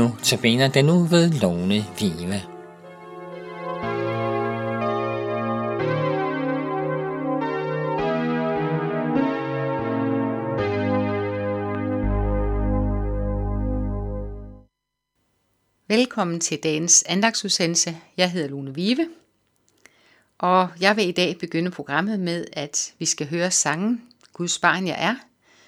Notabene den nu ved Lone Vive. Velkommen til dagens andagtsudsendelse. Jeg hedder Lone Vive, og jeg vil i dag begynde programmet med, at vi skal høre sangen Guds barn jeg er.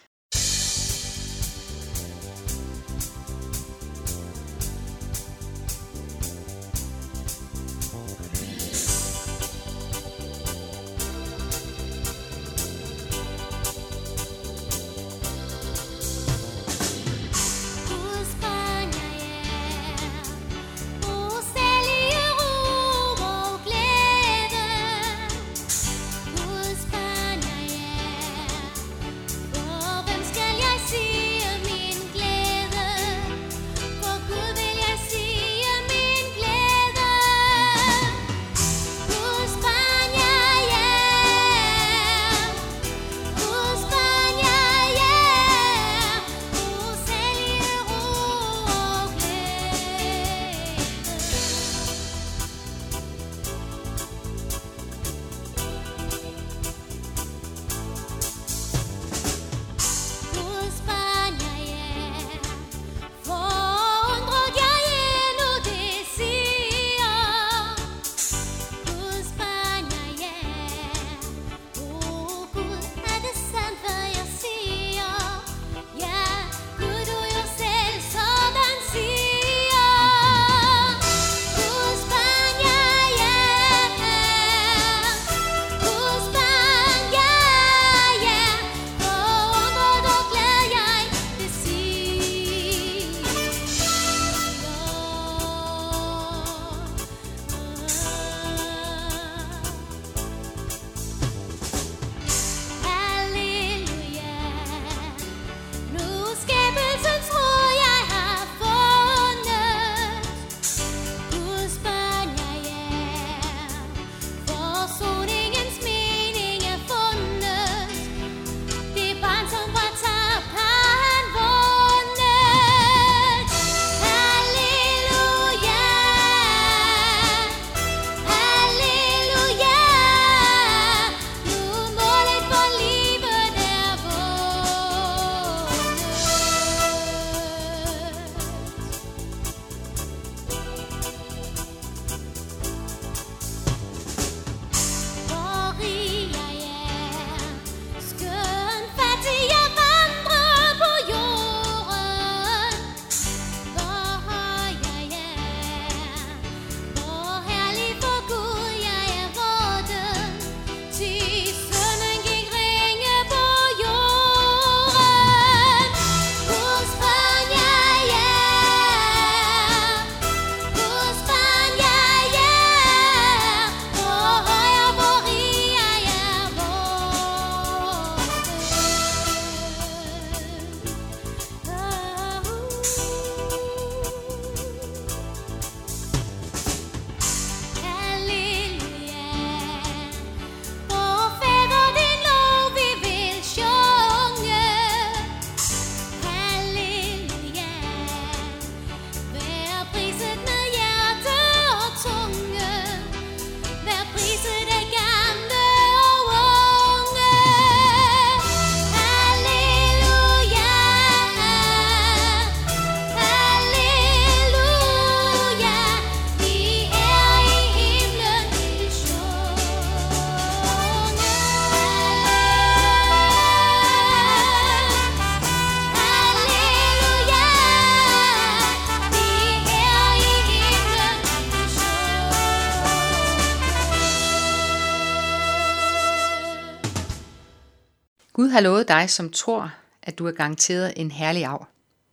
Gud har lovet dig, som tror, at du er garanteret en herlig arv.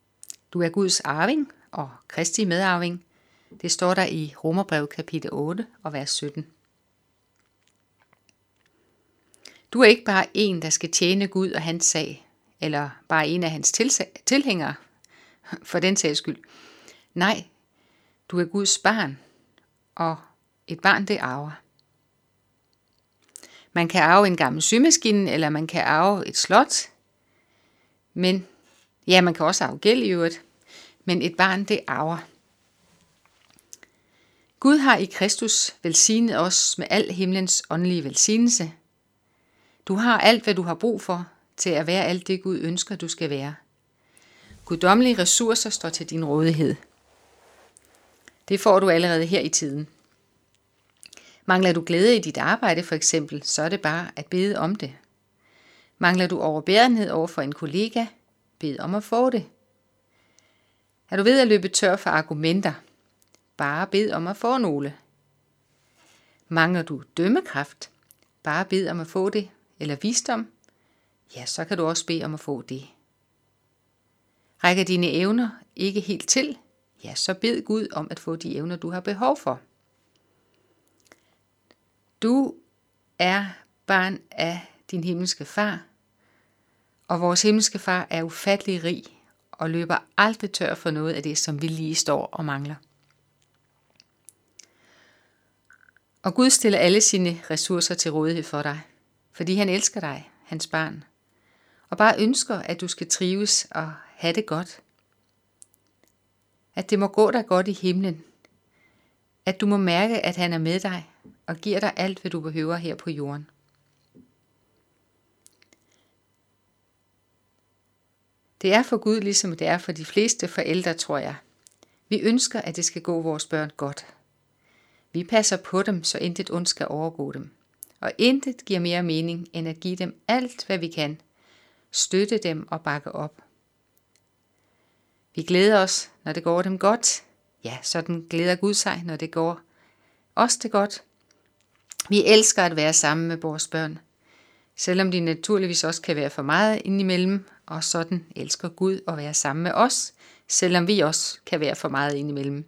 Du er Guds arving og Kristi medarving. Det står der i Romerbrevet kapitel 8 og vers 17. Du er ikke bare en, der skal tjene Gud og hans sag, eller bare en af hans tilhængere, for den sags skyld. Nej, du er Guds barn, og et barn det arver. Man kan arve en gammel symaskine, eller man kan arve et slot. Men, ja, man kan også arve gæld i øvrigt. men et barn det arver. Gud har i Kristus velsignet os med al himlens åndelige velsignelse. Du har alt, hvad du har brug for, til at være alt det Gud ønsker, du skal være. Guddommelige ressourcer står til din rådighed. Det får du allerede her i tiden. Mangler du glæde i dit arbejde for eksempel, så er det bare at bede om det. Mangler du overbærenhed over for en kollega, bed om at få det. Er du ved at løbe tør for argumenter, bare bed om at få nogle. Mangler du dømmekraft, bare bed om at få det, eller visdom, ja, så kan du også bede om at få det. Rækker dine evner ikke helt til, ja, så bed Gud om at få de evner, du har behov for. Du er barn af din himmelske far, og vores himmelske far er ufattelig rig og løber aldrig tør for noget af det, som vi lige står og mangler. Og Gud stiller alle sine ressourcer til rådighed for dig, fordi han elsker dig, hans barn, og bare ønsker, at du skal trives og have det godt. At det må gå dig godt i himlen. At du må mærke, at han er med dig og giver dig alt, hvad du behøver her på jorden. Det er for Gud, ligesom det er for de fleste forældre, tror jeg. Vi ønsker, at det skal gå vores børn godt. Vi passer på dem, så intet ondt skal overgå dem. Og intet giver mere mening, end at give dem alt, hvad vi kan. Støtte dem og bakke op. Vi glæder os, når det går dem godt. Ja, sådan glæder Gud sig, når det går os det godt. Vi elsker at være sammen med vores børn, selvom de naturligvis også kan være for meget indimellem, og sådan elsker Gud at være sammen med os, selvom vi også kan være for meget indimellem.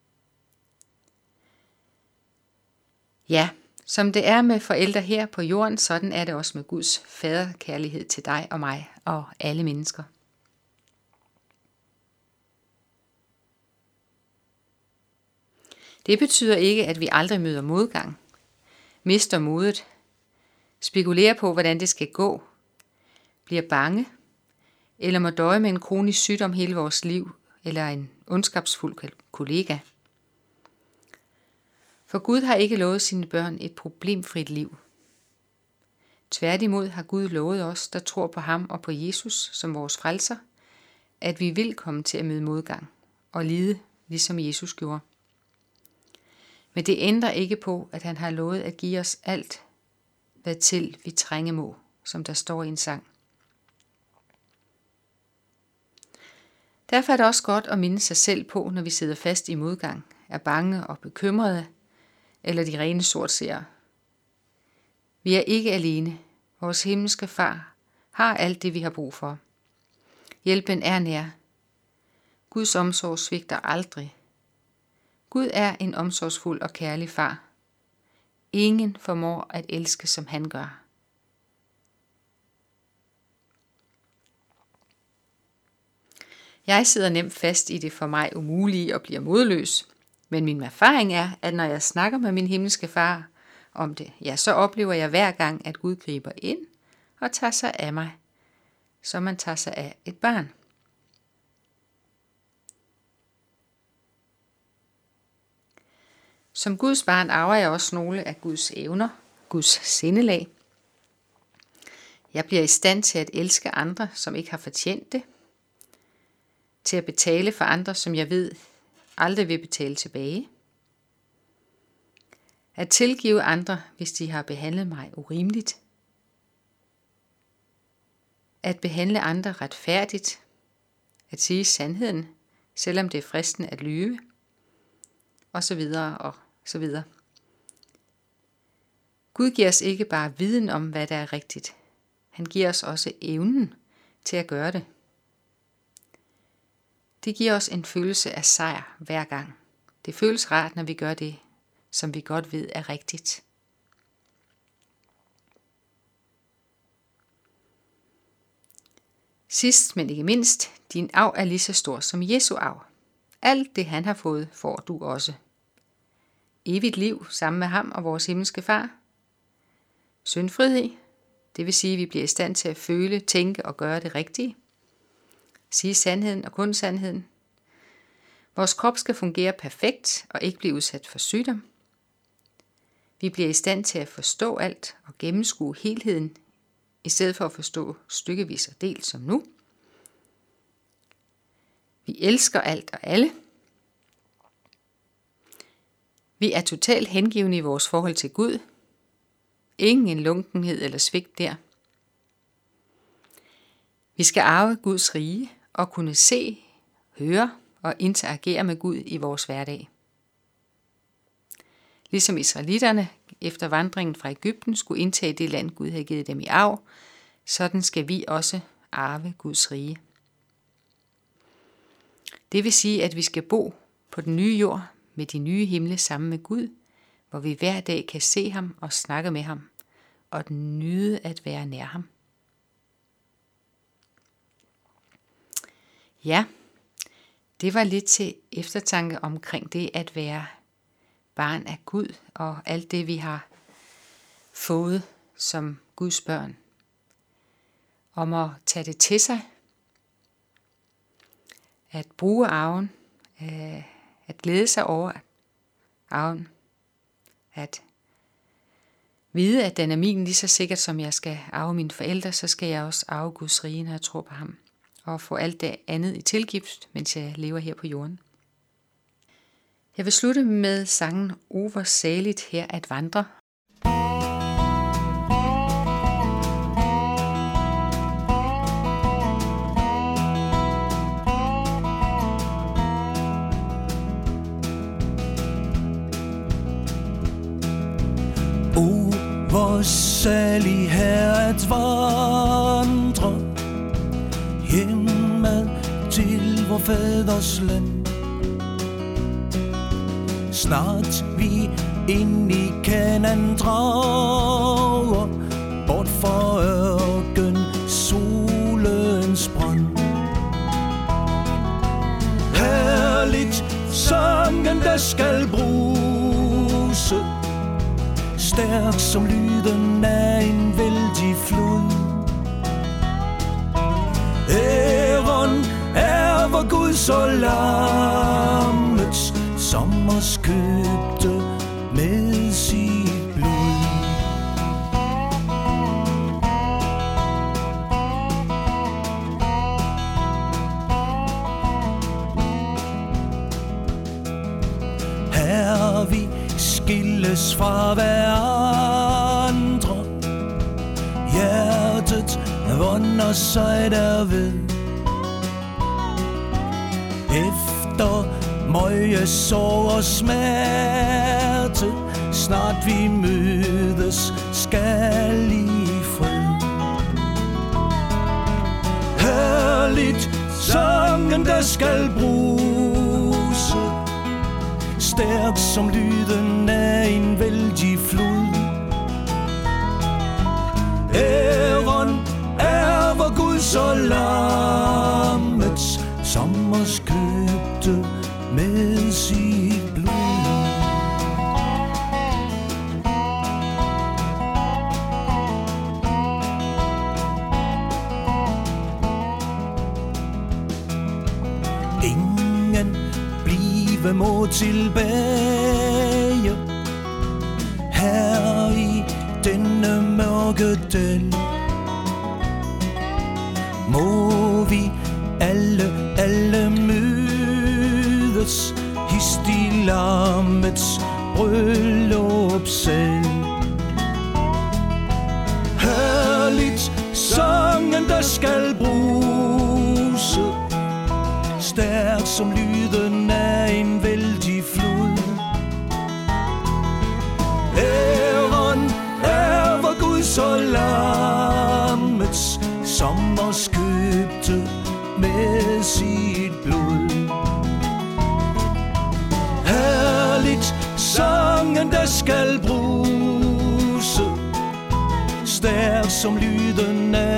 Ja, som det er med forældre her på jorden, sådan er det også med Guds faderkærlighed til dig og mig og alle mennesker. Det betyder ikke, at vi aldrig møder modgang, mister modet, spekulerer på, hvordan det skal gå, bliver bange, eller må døje med en kronisk sygdom hele vores liv, eller en ondskabsfuld kollega. For Gud har ikke lovet sine børn et problemfrit liv. Tværtimod har Gud lovet os, der tror på ham og på Jesus som vores frelser, at vi vil komme til at møde modgang og lide, ligesom Jesus gjorde. Men det ændrer ikke på, at han har lovet at give os alt, hvad til vi trænge må, som der står i en sang. Derfor er det også godt at minde sig selv på, når vi sidder fast i modgang, er bange og bekymrede, eller de rene sortseere. Vi er ikke alene. Vores himmelske far har alt det, vi har brug for. Hjælpen er nær. Guds omsorg svigter aldrig. Gud er en omsorgsfuld og kærlig far. Ingen formår at elske, som han gør. Jeg sidder nemt fast i det for mig umulige og bliver modløs. Men min erfaring er, at når jeg snakker med min himmelske far om det, ja, så oplever jeg hver gang, at Gud griber ind og tager sig af mig, som man tager sig af et barn. Som Guds barn arver jeg også nogle af Guds evner, Guds sindelag. Jeg bliver i stand til at elske andre, som ikke har fortjent det. Til at betale for andre, som jeg ved aldrig vil betale tilbage. At tilgive andre, hvis de har behandlet mig urimeligt. At behandle andre retfærdigt. At sige sandheden, selvom det er fristende at lyve. Og så videre og så videre. Gud giver os ikke bare viden om, hvad der er rigtigt. Han giver os også evnen til at gøre det. Det giver os en følelse af sejr hver gang. Det føles rart, når vi gør det, som vi godt ved er rigtigt. Sidst, men ikke mindst, din arv er lige så stor som Jesu arv. Alt det, han har fået, får du også. Evigt liv sammen med ham og vores himmelske far. Syndfrihed, det vil sige, at vi bliver i stand til at føle, tænke og gøre det rigtige. Sige sandheden og kun sandheden. Vores krop skal fungere perfekt og ikke blive udsat for sygdom. Vi bliver i stand til at forstå alt og gennemskue helheden, i stedet for at forstå stykkevis og delt som nu. Vi elsker alt og alle. Vi er totalt hengivne i vores forhold til Gud. Ingen lunkenhed eller svigt der. Vi skal arve Guds rige og kunne se, høre og interagere med Gud i vores hverdag. Ligesom israelitterne efter vandringen fra Egypten skulle indtage det land, Gud havde givet dem i arv, sådan skal vi også arve Guds rige. Det vil sige, at vi skal bo på den nye jord med de nye himle sammen med Gud, hvor vi hver dag kan se ham og snakke med ham, og nyde at være nær ham. Ja, det var lidt til eftertanke omkring det at være barn af Gud og alt det, vi har fået som Guds børn. Om at tage det til sig, at bruge arven, at glæde sig over arven, at vide, at den er min lige så sikkert, som jeg skal arve mine forældre, så skal jeg også arve Guds rige, når jeg tror på ham, og få alt det andet i tilgift, mens jeg lever her på jorden. Jeg vil slutte med sangen O hvor saligt her at vandre. O hvor salig her at vandre, hjemad til vor faders land. Snart vi ind i Kanaan drager, bort fra ørken solens brand. Herligt sangen der skal bruse, stærk som lyden af en vældig flod. Æren er vor Guds og lammets, som os købte med sit blod. Her vi skilles fra hverandre, hjertet vonder sig derved. Efter møje, sorg og smerte, snart vi mødes, skal i fred. Herligt sangen der skal bruse, stærk som lyden af en vældig flod. Æren er vor Guds og lammets, som os købte med sit blod. Ingen blive må tilbage her i denne mørke dal. Må vi alle mødes hist i lammets bryllupssal. Herligt sangen der skal bruse, stærk som lyden af en vældig flod. Æren er vor Guds og lammets, som os købte med sit blod. Herligt sangen der skal bruse, stærk som lyden af